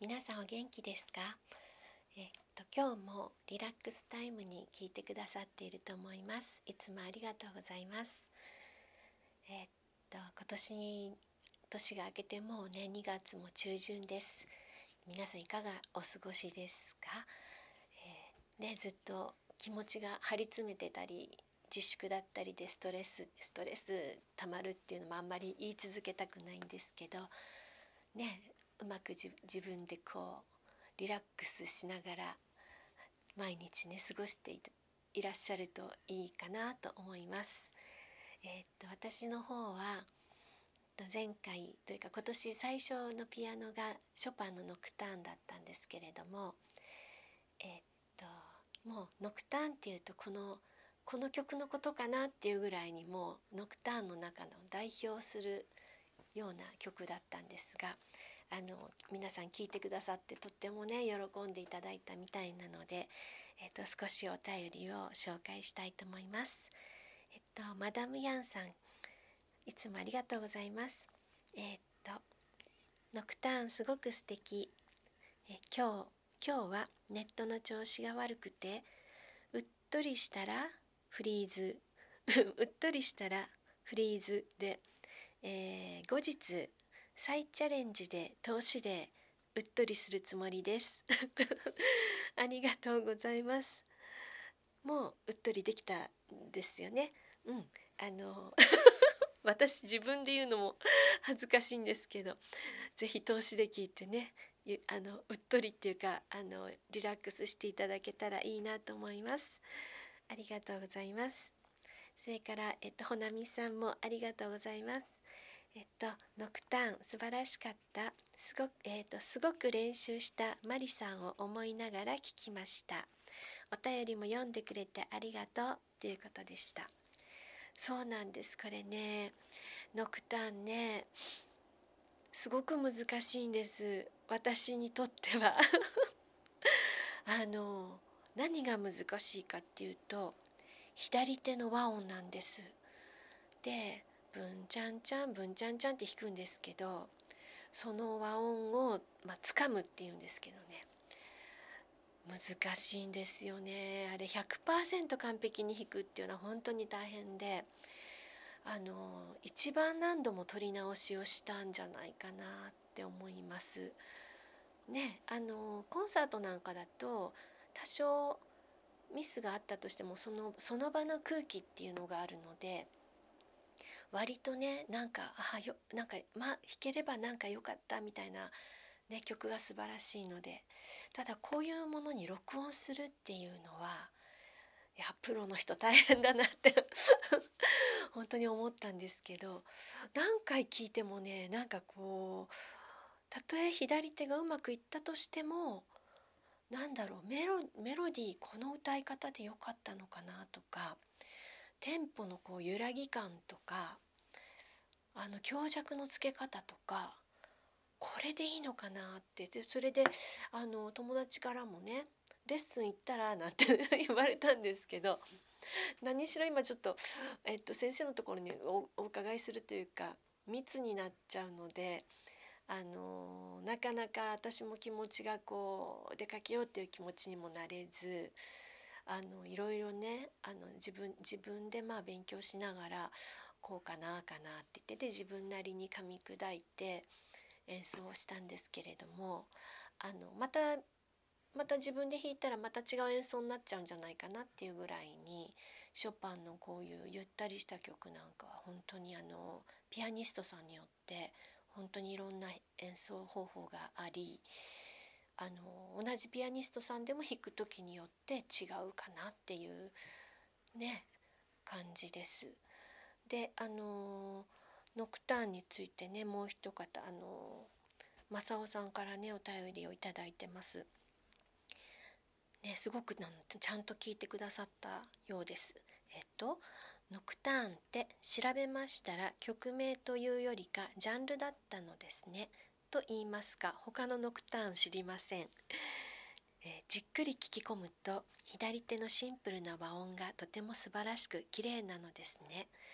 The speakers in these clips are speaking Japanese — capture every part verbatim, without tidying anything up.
皆さんお元気ですか？えっと今日もリラックスタイムに聞いてくださっていると思います。いつもありがとうございます。えっと今年年が明けてもうねにがつも中旬です。皆さんいかがお過ごしですか？えーね、ずっと気持ちが張り詰めてたり自粛だったりでストレスストレス溜まるっていうのもあんまり言い続けたくないんですけどね、うまく自分でこうリラックスしながら毎日ね過ごしていいらっしゃるといいかなと思います。えーっと私の方は前回というか今年最初のピアノがショパンのノクターンだったんですけれども、えーっともうノクターンっていうとこのこの曲のことかなっていうぐらいにもうノクターンの中の代表するような曲だったんですが、あの皆さん聞いてくださってとってもね喜んでいただいたみたいなので、えっと、少しお便りを紹介したいと思います。えっとマダムヤンさん、いつもありがとうございます。えっとノクターンすごく素敵。え今日今日はネットの調子が悪くてうっとりしたらフリーズうっとりしたらフリーズで、えー後日再チャレンジで投資でうっとりするつもりですありがとうございます。もううっとりできたんですよね。うんあの私自分で言うのも恥ずかしいんですけど、ぜひ投資で聞いてね、あのうっとりっていうかあのリラックスしていただけたらいいなと思います。ありがとうございます。それから、えっと、ほなみさんもありがとうございます。えっと、ノクターン素晴らしかった。すごく、えっと、すごく練習したマリさんを思いながら聞きました。お便りも読んでくれてありがとうということでした。そうなんです。これね、ノクターンね、すごく難しいんです。私にとっては。あの、何が難しいかっていうと、左手の和音なんです。で、ブンチャンチャンブンチャンチャンって弾くんですけど、その和音を、まあ、掴むっていうんですけどね、難しいんですよね。あれ ひゃくパーセント 完璧に弾くっていうのは本当に大変で、あの一番何度も取り直しをしたんじゃないかなって思いますね。あのコンサートなんかだと多少ミスがあったとしてもそのその場の空気っていうのがあるので、割とねなんかあよなんかまあ弾ければなんか良かったみたいなね、曲が素晴らしいので、ただこういうものに録音するっていうのはいやプロの人大変だなって本当に思ったんですけど、何回聞いてもねなんかこうたとえ左手がうまくいったとしてもなんだろうメロ、メロディーこの歌い方でよかったのかなとか、テンポのこう揺らぎ感とかあの強弱のつけ方とかこれでいいのかなって。でそれであの友達からもねレッスン行ったらなんて言われたんですけど、何しろ今ちょっと、えっと、先生のところに お, お伺いするというか密になっちゃうので、あのなかなか私も気持ちがこう出かけようっていう気持ちにもなれず、あのいろいろねあの自分自分でまあ勉強しながらこうかなかなって言ってで自分なりに噛み砕いて演奏をしたんですけれども、あのまたまた自分で弾いたらまた違う演奏になっちゃうんじゃないかなっていうぐらいに、ショパンのこういうゆったりした曲なんかは本当にあのピアニストさんによって本当にいろんな演奏方法があり、あの同じピアニストさんでも弾く時によって違うかなっていうね感じです。であのノクターンについてねもう一方あの正雄さんからねお便りをいただいてます。ね、すごくなんちゃんと聞いてくださったようです。えっとノクターンって調べましたら曲名というよりかジャンルだったのですね。と言いますか他のノクターン知りません。えーじっくり聞き込むと左手のシンプルな和音がとても素晴らしく綺麗なのですね。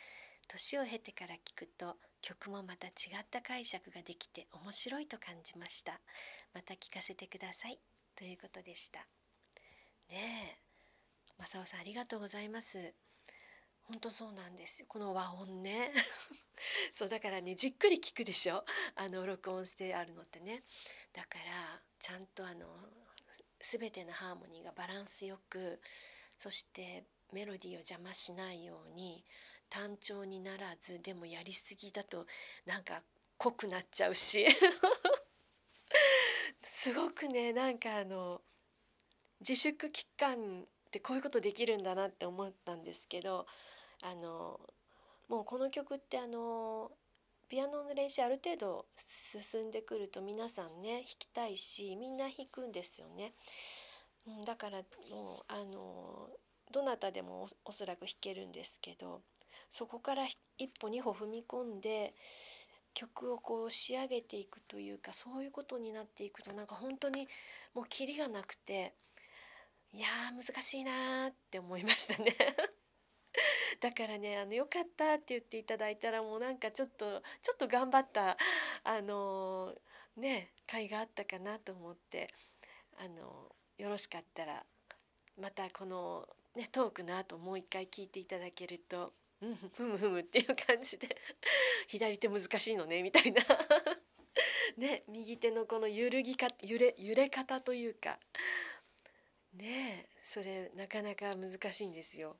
年を経てから聞くと曲もまた違った解釈ができて面白いと感じました。また聞かせてください、ということでした。ねえ、正雄さんありがとうございます。本当そうなんですよ、この和音ねそうだからね、じっくり聞くでしょ、あの録音してあるのってね。だからちゃんとあの全てのハーモニーがバランスよく、そしてメロディーを邪魔しないように単調にならず、でもやりすぎだとなんか濃くなっちゃうしすごくね、なんかあの自粛期間ってこういうことできるんだなって思ったんですけど、あのもうこの曲ってあのピアノの練習ある程度進んでくると皆さんね弾きたいし、みんな弾くんですよね。うん、だからもうあのどなたでも お, おそらく弾けるんですけど、そこから一歩二歩踏み込んで曲をこう仕上げていくというか、そういうことになっていくとなんか本当にもうキリがなくて、いやー難しいなーって思いましたねだからね、あのよかったって言っていただいたら、もうなんかちょっとちょっと頑張ったあのーね回があったかなと思って、あのよろしかったらまたこの、ね、トークの後もう一回聞いていただけると、うんふむふむっていう感じで左手難しいのねみたいなね、右手のこの揺るぎか揺れ揺れ方というかね、それなかなか難しいんですよ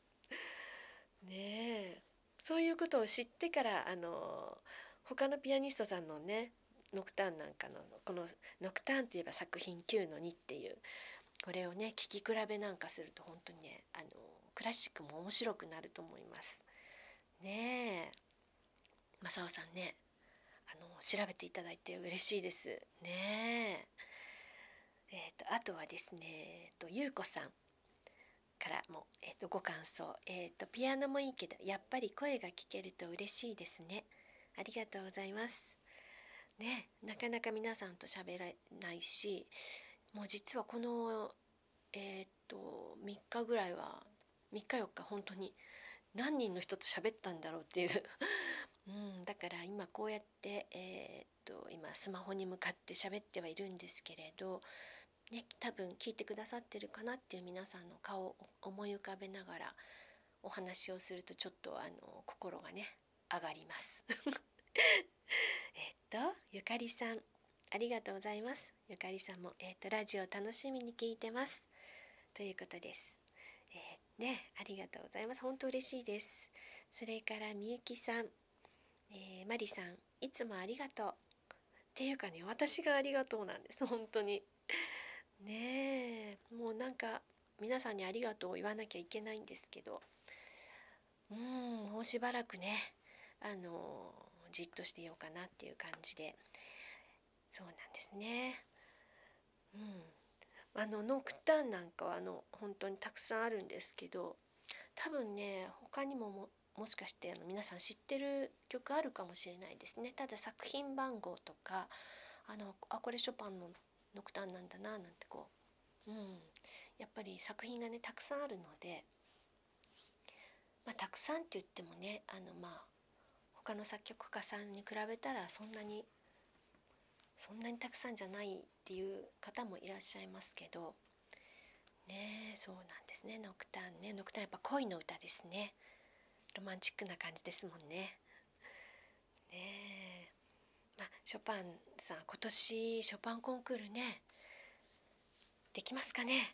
ね。そういうことを知ってからあの他のピアニストさんのねノクターンなんかのこのノクターンといえば作品きゅうのにっていうこれをね聴き比べなんかすると本当にね、あのクラシックも面白くなると思いますね。え正雄さんね、あの調べていただいて嬉しいですね。えー、とあとはですね、えー、とゆうこさんからも、えー、とご感想、えー、とピアノもいいけどやっぱり声が聞けると嬉しいですね。ありがとうございますね。なかなか皆さんと喋らないし、もう実はこのえーっとみっかぐらいはみっかよっか本当に何人の人と喋ったんだろうっていううん、だから今こうやって、えーっと今スマホに向かって喋ってはいるんですけれど、ね、多分聞いてくださってるかなっていう皆さんの顔を思い浮かべながらお話をするとちょっとあの心がね上がりますえっとゆかりさんありがとうございます。ゆかりさんも、えーっとラジオ楽しみに聞いてますということです。えー、ね、ありがとうございます。本当嬉しいです。それからみゆきさん、えー、まりさん、いつもありがとう。っていうかね、私がありがとうなんです。本当に。ねえ、もうなんか皆さんにありがとうを言わなきゃいけないんですけど、うーん、もうしばらくね、あのじっとしていようかなっていう感じで、そうなんですね。うん。あのノクターンなんかはあの本当にたくさんあるんですけど、多分ね他にもももしかしてあの皆さん知ってる曲あるかもしれないですね。ただ作品番号とかあのあこれショパンのノクターンなんだななんてこう、うん、やっぱり作品がねたくさんあるので、まあ、たくさんって言ってもねあのまあ他の作曲家さんに比べたらそんなにそんなにたくさんじゃないっていう方もいらっしゃいますけどね。そうなんですね。ノクターンね、ノクターンやっぱ恋の歌ですね。ロマンチックな感じですもんね。ねえ、まあ、ショパンさん今年ショパンコンクールねできますかね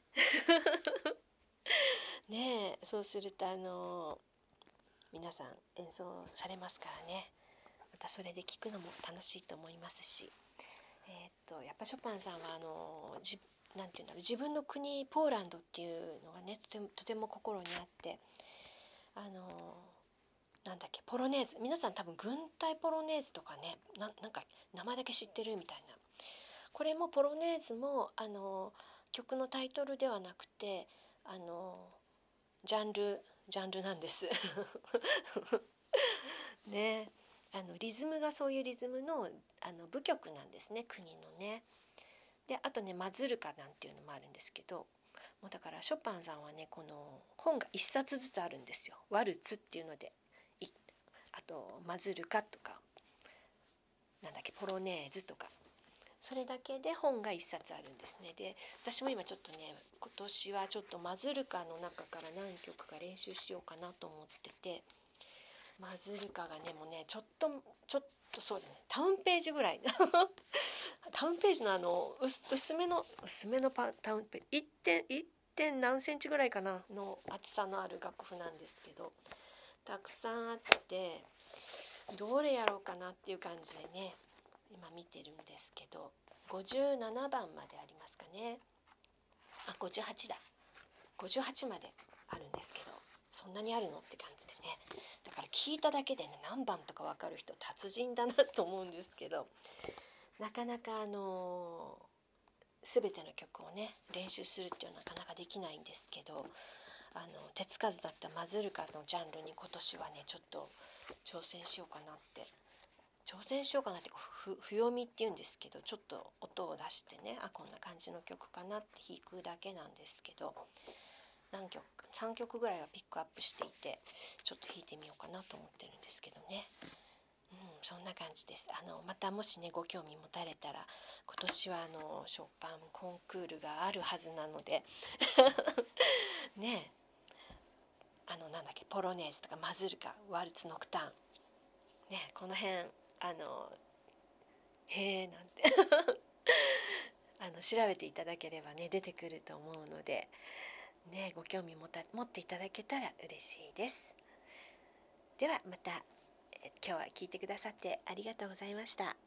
ねえ、そうするとあの皆さん演奏されますからね、またそれで聞くのも楽しいと思いますし、えー、っとやっぱショパンさんはあのじなんていうんだろう、自分の国ポーランドっていうのがねとてもとても心にあって、あのなんだっけポロネーズ、皆さん多分軍隊ポロネーズとかね な, なんか名前だけ知ってるみたいな、これもポロネーズもあの曲のタイトルではなくてあのジャンルジャンルなんですね。あのリズムがそういうリズムのあの舞曲なんですね、国のね。であとねマズルカなんていうのもあるんですけど、もうだからショパンさんはねこの本が一冊ずつあるんですよ。ワルツっていうのであとマズルカとか、なんだっけ、ポロネーズとか、それだけで本がいっさつあるんですね。で、私も今ちょっとね、今年はちょっとマズルカの中から何曲か練習しようかなと思ってて、マズルカがね、もうね、ちょっとちょっとそうだね、タウンページぐらいタウンページのあの薄薄めの薄めのパタウンページ、いってんいってん何センチぐらいかなの厚さのある楽譜なんですけど、たくさんあって、どれやろうかなっていう感じでね、今見てるんですけど、ごじゅうななばんまでありますかね。あ、ごじゅうはちだ。ごじゅうはちまであるんですけど、そんなにあるのって感じでね。だから聞いただけでね、何番とか分かる人達人だなと思うんですけど、なかなかあのー、全ての曲をね練習するっていうのはなかなかできないんですけど、あの手つかずだったマズルカのジャンルに今年はねちょっと挑戦しようかなって挑戦しようかなってふ不読みっていうんですけど、ちょっと音を出してね、あ、こんな感じの曲かなって弾くだけなんですけど、何曲かさんきょくぐらいはピックアップしていて、ちょっと弾いてみようかなと思ってるんですけどね。うん、そんな感じです。あのまたもしねご興味持たれたら、今年はあのショパンコンクールがあるはずなのでね、あのなんだっけ、ポロネーズとかマズルカ、ワルツノクターンね、この辺あのへえなんてあの調べていただければね出てくると思うのでね、ご興味持た持っていただけたら嬉しいです。ではまた、え今日は聞いてくださってありがとうございました。